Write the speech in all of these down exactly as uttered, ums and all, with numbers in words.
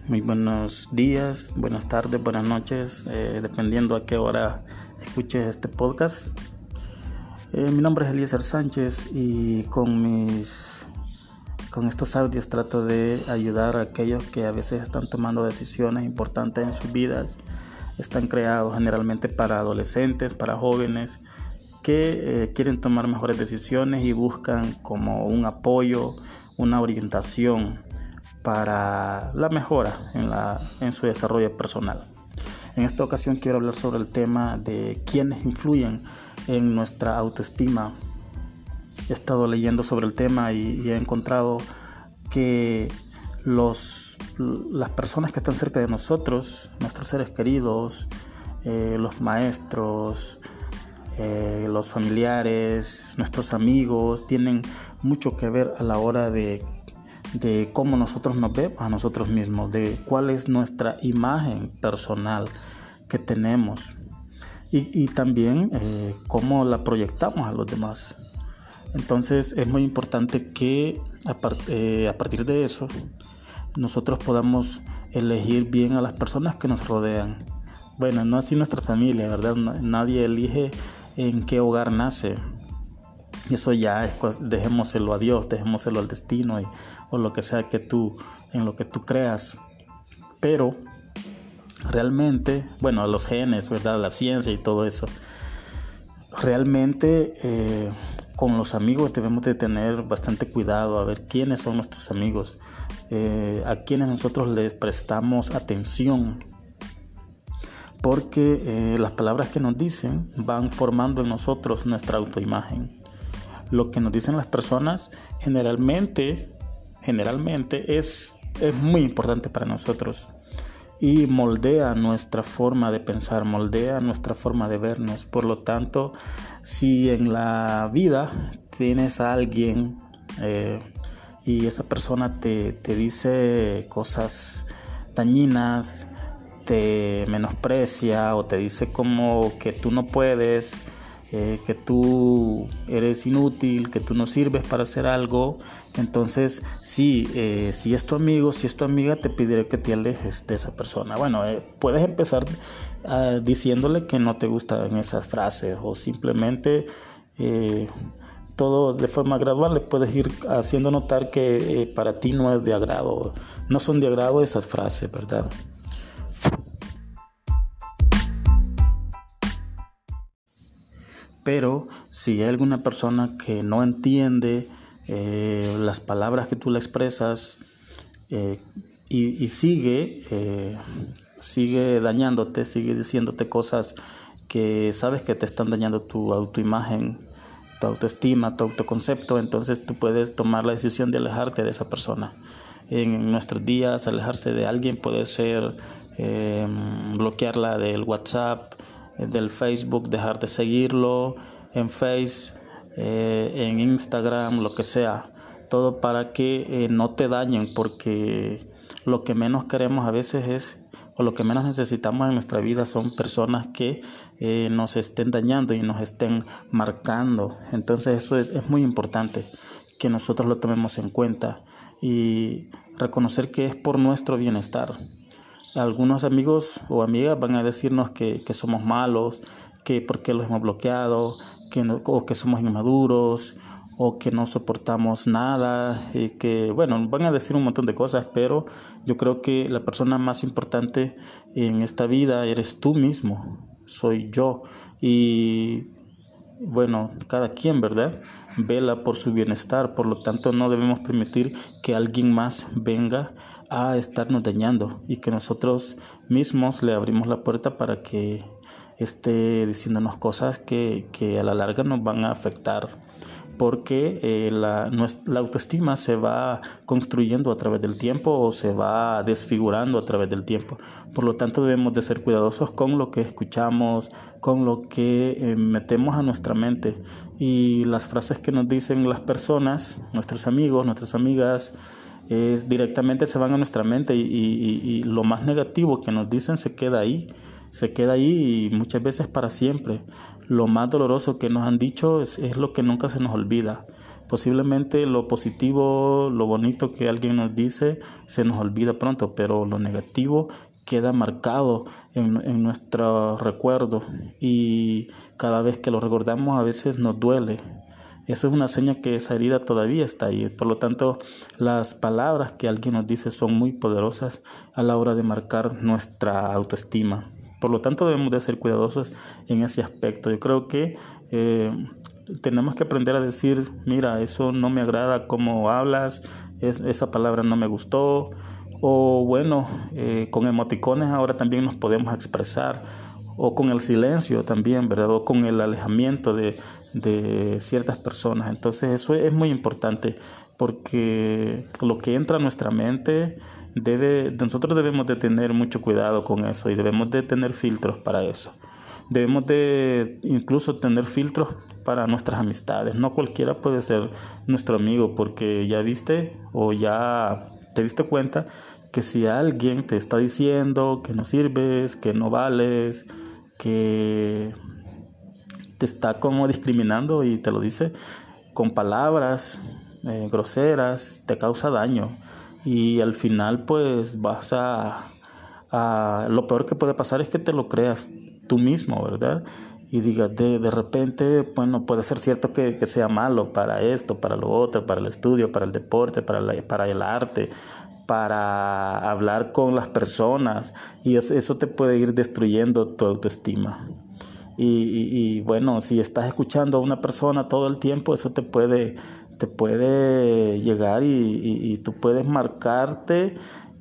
Muy buenos días, buenas tardes, buenas noches, eh, dependiendo a qué hora escuches este podcast. Eh, mi nombre es Eliezer Sánchez y con mis con estos audios trato de ayudar a aquellos que a veces están tomando decisiones importantes en sus vidas. Están creados generalmente para adolescentes, para jóvenes que eh, quieren tomar mejores decisiones y buscan como un apoyo, una orientación para la mejora en, la, en su desarrollo personal. En esta ocasión quiero hablar sobre el tema de quiénes influyen en nuestra autoestima. He estado leyendo sobre el tema y, y he encontrado que los, las personas que están cerca de nosotros, nuestros seres queridos, eh, los maestros, eh, los familiares, nuestros amigos, tienen mucho que ver a la hora de de cómo nosotros nos vemos a nosotros mismos, de cuál es nuestra imagen personal que tenemos y, y también eh, cómo la proyectamos a los demás. Entonces es muy importante que a, part- eh, a partir de eso nosotros podamos elegir bien a las personas que nos rodean. Bueno, no así nuestra familia, ¿verdad? Nadie elige en qué hogar nace. Eso ya es, dejémoselo a Dios, dejémoselo al destino y, o lo que sea que tú, en lo que tú creas. Pero realmente, bueno, a los genes, ¿verdad? La ciencia y todo eso. Realmente eh, con los amigos debemos de tener bastante cuidado a ver quiénes son nuestros amigos, eh, a quienes nosotros les prestamos atención. Porque eh, las palabras que nos dicen van formando en nosotros nuestra autoimagen. Lo que nos dicen las personas generalmente, generalmente es, es muy importante para nosotros y moldea nuestra forma de pensar, moldea nuestra forma de vernos. Por lo tanto, si en la vida tienes a alguien eh, y esa persona te, te dice cosas dañinas, te menosprecia o te dice como que tú no puedes, Eh, que tú eres inútil, que tú no sirves para hacer algo, entonces sí, eh, si es tu amigo, si es tu amiga, te pediré que te alejes de esa persona. Bueno, eh, puedes empezar uh, diciéndole que no te gustan esas frases o simplemente eh, todo de forma gradual le puedes ir haciendo notar que eh, para ti no es de agrado, no son de agrado esas frases, ¿verdad? Pero si hay alguna persona que no entiende eh, las palabras que tú le expresas eh, y, y sigue, eh, sigue dañándote, sigue diciéndote cosas que sabes que te están dañando tu autoimagen, tu autoestima, tu autoconcepto, entonces tú puedes tomar la decisión de alejarte de esa persona. En nuestros días, alejarse de alguien puede ser eh, bloquearla del WhatsApp, del Facebook, dejar de seguirlo en Face, eh, en Instagram, lo que sea, todo para que eh, no te dañen, porque lo que menos queremos a veces es, o lo que menos necesitamos en nuestra vida son personas que eh, nos estén dañando y nos estén marcando. Entonces eso es, es muy importante que nosotros lo tomemos en cuenta y reconocer que es por nuestro bienestar. Algunos amigos o amigas van a decirnos que, que somos malos, que por qué los hemos bloqueado, que no, o que somos inmaduros, o que no soportamos nada, y que, bueno, van a decir un montón de cosas, pero yo creo que la persona más importante en esta vida eres tú mismo, soy yo, y bueno, cada quien, ¿verdad?, vela por su bienestar, por lo tanto no debemos permitir que alguien más venga a estarnos dañando y que nosotros mismos le abrimos la puerta para que esté diciéndonos cosas que, que a la larga nos van a afectar, porque eh, la, la autoestima se va construyendo a través del tiempo o se va desfigurando a través del tiempo. Por lo tanto debemos de ser cuidadosos con lo que escuchamos, con lo que eh, metemos a nuestra mente, y las frases que nos dicen las personas, nuestros amigos, nuestras amigas, es, directamente se van a nuestra mente y, y, y lo más negativo que nos dicen se queda ahí. Se queda ahí y muchas veces para siempre. Lo más doloroso que nos han dicho es, es lo que nunca se nos olvida. Posiblemente lo positivo, lo bonito que alguien nos dice se nos olvida pronto, pero lo negativo queda marcado en, en nuestro recuerdo y cada vez que lo recordamos a veces nos duele. Eso es una seña que esa herida todavía está ahí. Por lo tanto, las palabras que alguien nos dice son muy poderosas a la hora de marcar nuestra autoestima. Por lo tanto, debemos de ser cuidadosos en ese aspecto. Yo creo que eh, tenemos que aprender a decir, mira, eso no me agrada cómo hablas, es, esa palabra no me gustó. O bueno, eh, con emoticones ahora también nos podemos expresar, o con el silencio también, ¿verdad? O con el alejamiento de, de ciertas personas. Entonces eso es muy importante porque lo que entra a nuestra mente, debe, nosotros debemos de tener mucho cuidado con eso y debemos de tener filtros para eso. Debemos de incluso tener filtros para nuestras amistades. No cualquiera puede ser nuestro amigo porque ya viste o ya te diste cuenta que si alguien te está diciendo que no sirves, que no vales, que te está como discriminando y te lo dice con palabras eh, groseras, te causa daño y al final pues vas a, a... Lo peor que puede pasar es que te lo creas tú mismo, ¿verdad? Y digas, de, de repente, bueno, puede ser cierto que, que sea malo para esto, para lo otro, para el estudio, para el deporte, para, la, para el arte, para hablar con las personas, y eso, eso te puede ir destruyendo tu autoestima. Y, y, y bueno, si estás escuchando a una persona todo el tiempo, eso te puede, te puede llegar y, y, y tú puedes marcarte.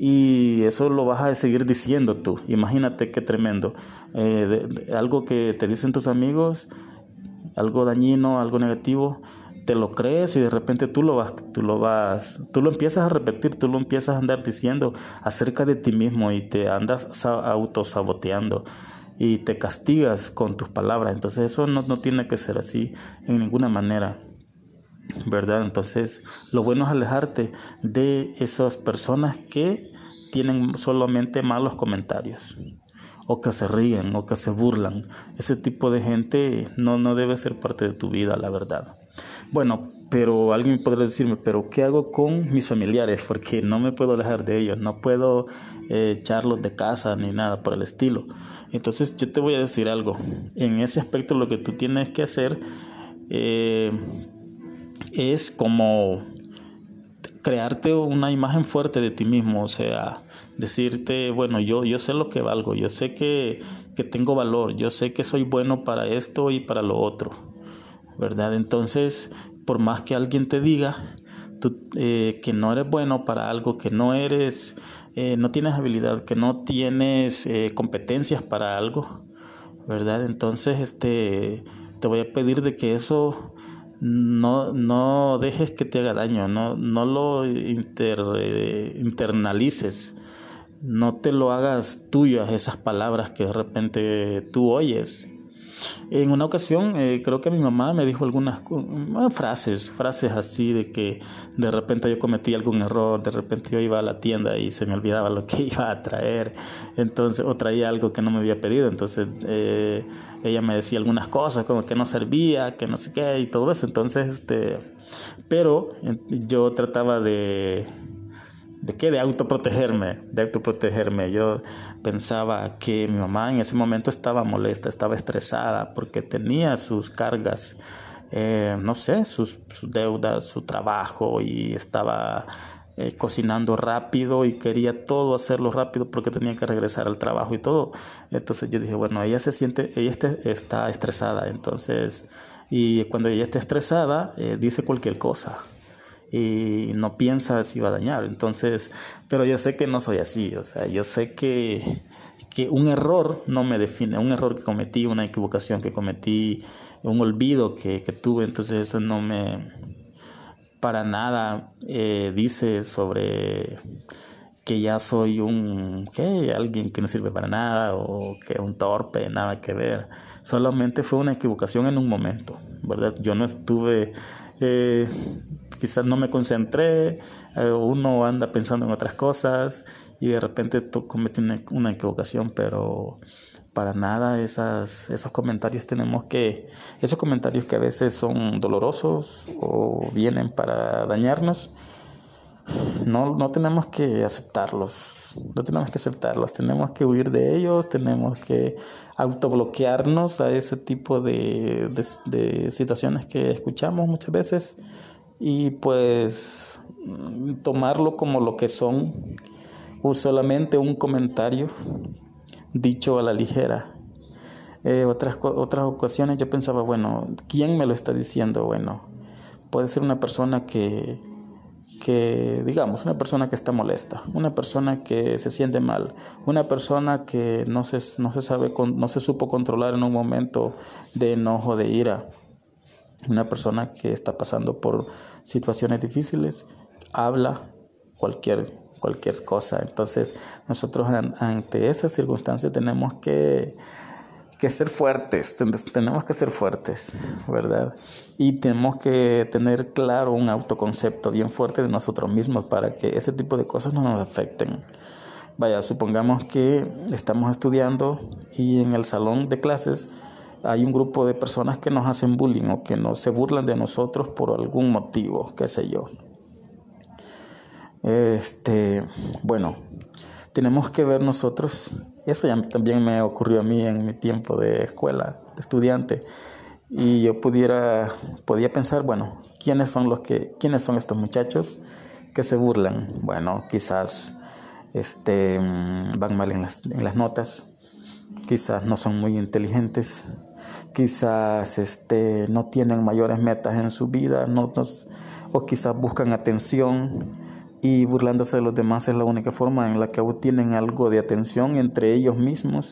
Y eso lo vas a seguir diciendo tú. Imagínate qué tremendo. Eh, de, de, algo que te dicen tus amigos, algo dañino, algo negativo, te lo crees y de repente tú lo vas, tú lo vas, tú lo empiezas a repetir, tú lo empiezas a andar diciendo acerca de ti mismo y te andas autosaboteando y te castigas con tus palabras. Entonces eso no, no tiene que ser así en ninguna manera, ¿verdad? Entonces lo bueno es alejarte de esas personas que tienen solamente malos comentarios o que se ríen o que se burlan. Ese tipo de gente no, no debe ser parte de tu vida, la verdad. Bueno, pero alguien podrá decirme, pero ¿qué hago con mis familiares? Porque no me puedo alejar de ellos, no puedo eh, echarlos de casa ni nada por el estilo. Entonces yo te voy a decir algo. En ese aspecto lo que tú tienes que hacer eh, es como crearte una imagen fuerte de ti mismo, o sea, decirte, bueno, yo, yo sé lo que valgo, yo sé que, que tengo valor, yo sé que soy bueno para esto y para lo otro, ¿verdad? Entonces, por más que alguien te diga tú, eh, que no eres bueno para algo, que no eres, eh, no tienes habilidad, que no tienes eh, competencias para algo, ¿verdad? Entonces, este, te voy a pedir de que eso no, no dejes que te haga daño, no, no lo inter, eh, internalices, no te lo hagas tuyas esas palabras que de repente tú oyes. En una ocasión eh, creo que mi mamá me dijo algunas uh, frases, frases así de que de repente yo cometí algún error, de repente yo iba a la tienda y se me olvidaba lo que iba a traer, entonces o traía algo que no me había pedido, entonces eh, ella me decía algunas cosas como que no servía, que no sé qué y todo eso, entonces este, pero yo trataba de ¿De qué? De autoprotegerme, de autoprotegerme. Yo pensaba que mi mamá en ese momento estaba molesta, estaba estresada porque tenía sus cargas, eh, no sé, sus, sus deudas, su trabajo y estaba eh, cocinando rápido y quería todo hacerlo rápido porque tenía que regresar al trabajo y todo. Entonces yo dije, bueno, ella se siente, ella este, está estresada, entonces, y cuando ella está estresada, eh, dice cualquier cosa y no piensa si va a dañar. Entonces, pero yo sé que no soy así, o sea, yo sé que, que un error no me define, un error que cometí, una equivocación que cometí, un olvido que, que tuve, entonces eso no me, para nada eh, dice sobre que ya soy un, ¿qué? Alguien que no sirve para nada o que un torpe, nada que ver. Solamente fue una equivocación en un momento, ¿verdad? Yo no estuve, eh, quizás no me concentré, eh, uno anda pensando en otras cosas y de repente cometí una, una equivocación, pero Para nada esas, esos comentarios tenemos que, esos comentarios que a veces son dolorosos o vienen para dañarnos, no, no tenemos que aceptarlos, no tenemos que aceptarlos, tenemos que huir de ellos, tenemos que autobloquearnos a ese tipo de, de, de situaciones que escuchamos muchas veces y pues tomarlo como lo que son, o solamente un comentario dicho a la ligera. Eh, otras, otras ocasiones yo pensaba, bueno, ¿quién me lo está diciendo? Bueno, puede ser una persona que, que, digamos, una persona que está molesta, una persona que se siente mal, una persona que no se, no se sabe, no se supo controlar en un momento de enojo, de ira, una persona que está pasando por situaciones difíciles, habla cualquier cualquier cosa. Entonces nosotros ante esas circunstancias tenemos que, que ser fuertes, tenemos que ser fuertes, ¿verdad? Y tenemos que tener claro un autoconcepto bien fuerte de nosotros mismos para que ese tipo de cosas no nos afecten. Vaya, supongamos que estamos estudiando y en el salón de clases hay un grupo de personas que nos hacen bullying o que nos, se burlan de nosotros por algún motivo, qué sé yo. Este, bueno, tenemos que ver nosotros, eso ya también me ocurrió a mí en mi tiempo de escuela, de estudiante, y yo pudiera, podía pensar, bueno, ¿quiénes son los que, quiénes son estos muchachos que se burlan? Bueno, quizás este, van mal en las, en las notas, quizás no son muy inteligentes, quizás este, no tienen mayores metas en su vida, no, no, o quizás buscan atención. Y burlándose de los demás es la única forma en la que obtienen algo de atención entre ellos mismos.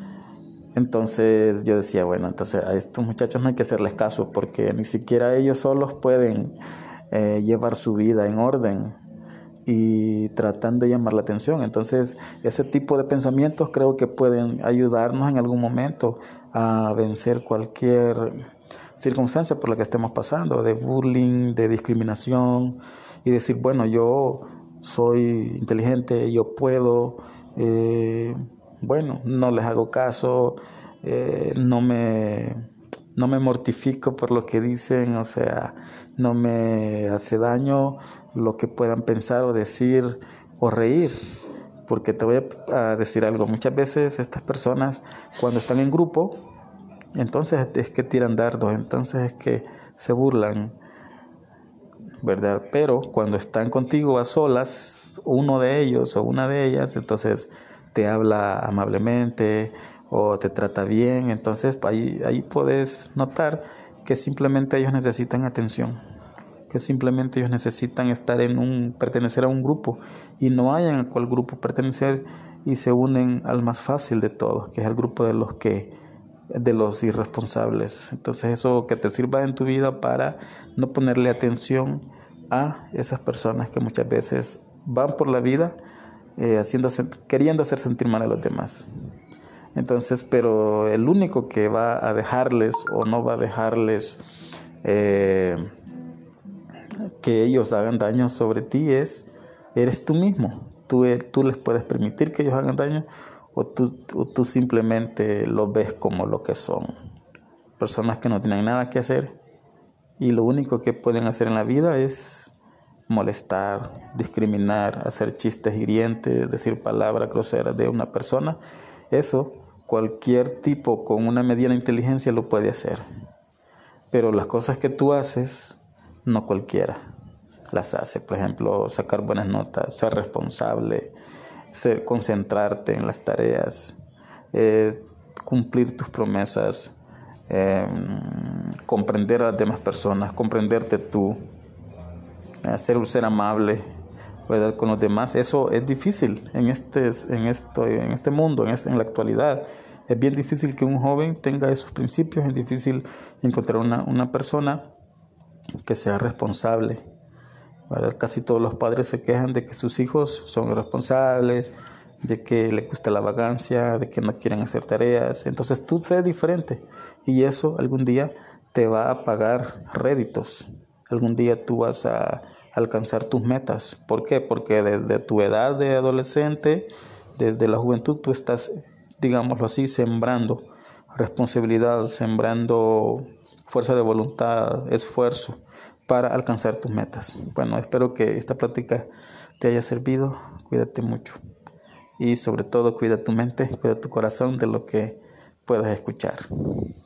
Entonces yo decía, bueno, entonces a estos muchachos no hay que hacerles caso porque ni siquiera ellos solos pueden eh, llevar su vida en orden y tratando de llamar la atención. Entonces ese tipo de pensamientos creo que pueden ayudarnos en algún momento a vencer cualquier circunstancia por la que estemos pasando, de bullying, de discriminación, y decir, bueno, yo soy inteligente, yo puedo, eh, bueno, no les hago caso, eh, no me, no me mortifico por lo que dicen, o sea, no me hace daño lo que puedan pensar o decir o reír, porque te voy a decir algo, muchas veces estas personas cuando están en grupo, entonces es que tiran dardos, entonces es que se burlan, ¿verdad? Pero cuando están contigo a solas, uno de ellos o una de ellas, entonces te habla amablemente o te trata bien, entonces ahí, ahí puedes notar que simplemente ellos necesitan atención, que simplemente ellos necesitan estar en un, pertenecer a un grupo y no hayan a cuál grupo pertenecer y se unen al más fácil de todos, que es el grupo de los que de los irresponsables. Entonces eso que te sirva en tu vida para no ponerle atención a esas personas que muchas veces van por la vida eh, haciéndose, queriendo hacer sentir mal a los demás. Entonces, pero el único que va a dejarles o no va a dejarles eh, que ellos hagan daño sobre ti es, eres tú mismo. Tú, tú les puedes permitir que ellos hagan daño o tú, o tú simplemente los ves como lo que son. Personas que no tienen nada que hacer y lo único que pueden hacer en la vida es molestar, discriminar, hacer chistes hirientes, decir palabras groseras de una persona. Eso cualquier tipo con una mediana inteligencia lo puede hacer. Pero las cosas que tú haces, no cualquiera las hace. Por ejemplo, sacar buenas notas, ser responsable, ser, concentrarte en las tareas, eh, cumplir tus promesas, eh, comprender a las demás personas, comprenderte tú, eh, ser, ser amable, ¿verdad? Con los demás. Eso es difícil en este, en esto, en este mundo, en, este, en la actualidad. Es bien difícil que un joven tenga esos principios, es difícil encontrar una, una persona que sea responsable, ¿verdad? Casi todos los padres se quejan de que sus hijos son irresponsables, de que les gusta la vagancia, de que no quieren hacer tareas. Entonces tú sé diferente y eso algún día te va a pagar réditos. Algún día tú vas a alcanzar tus metas. ¿Por qué? Porque desde tu edad de adolescente, desde la juventud, tú estás digámoslo así, sembrando responsabilidad, sembrando fuerza de voluntad, esfuerzo para alcanzar tus metas. Bueno, espero que esta plática te haya servido. Cuídate mucho y sobre todo cuida tu mente, cuida tu corazón de lo que puedas escuchar.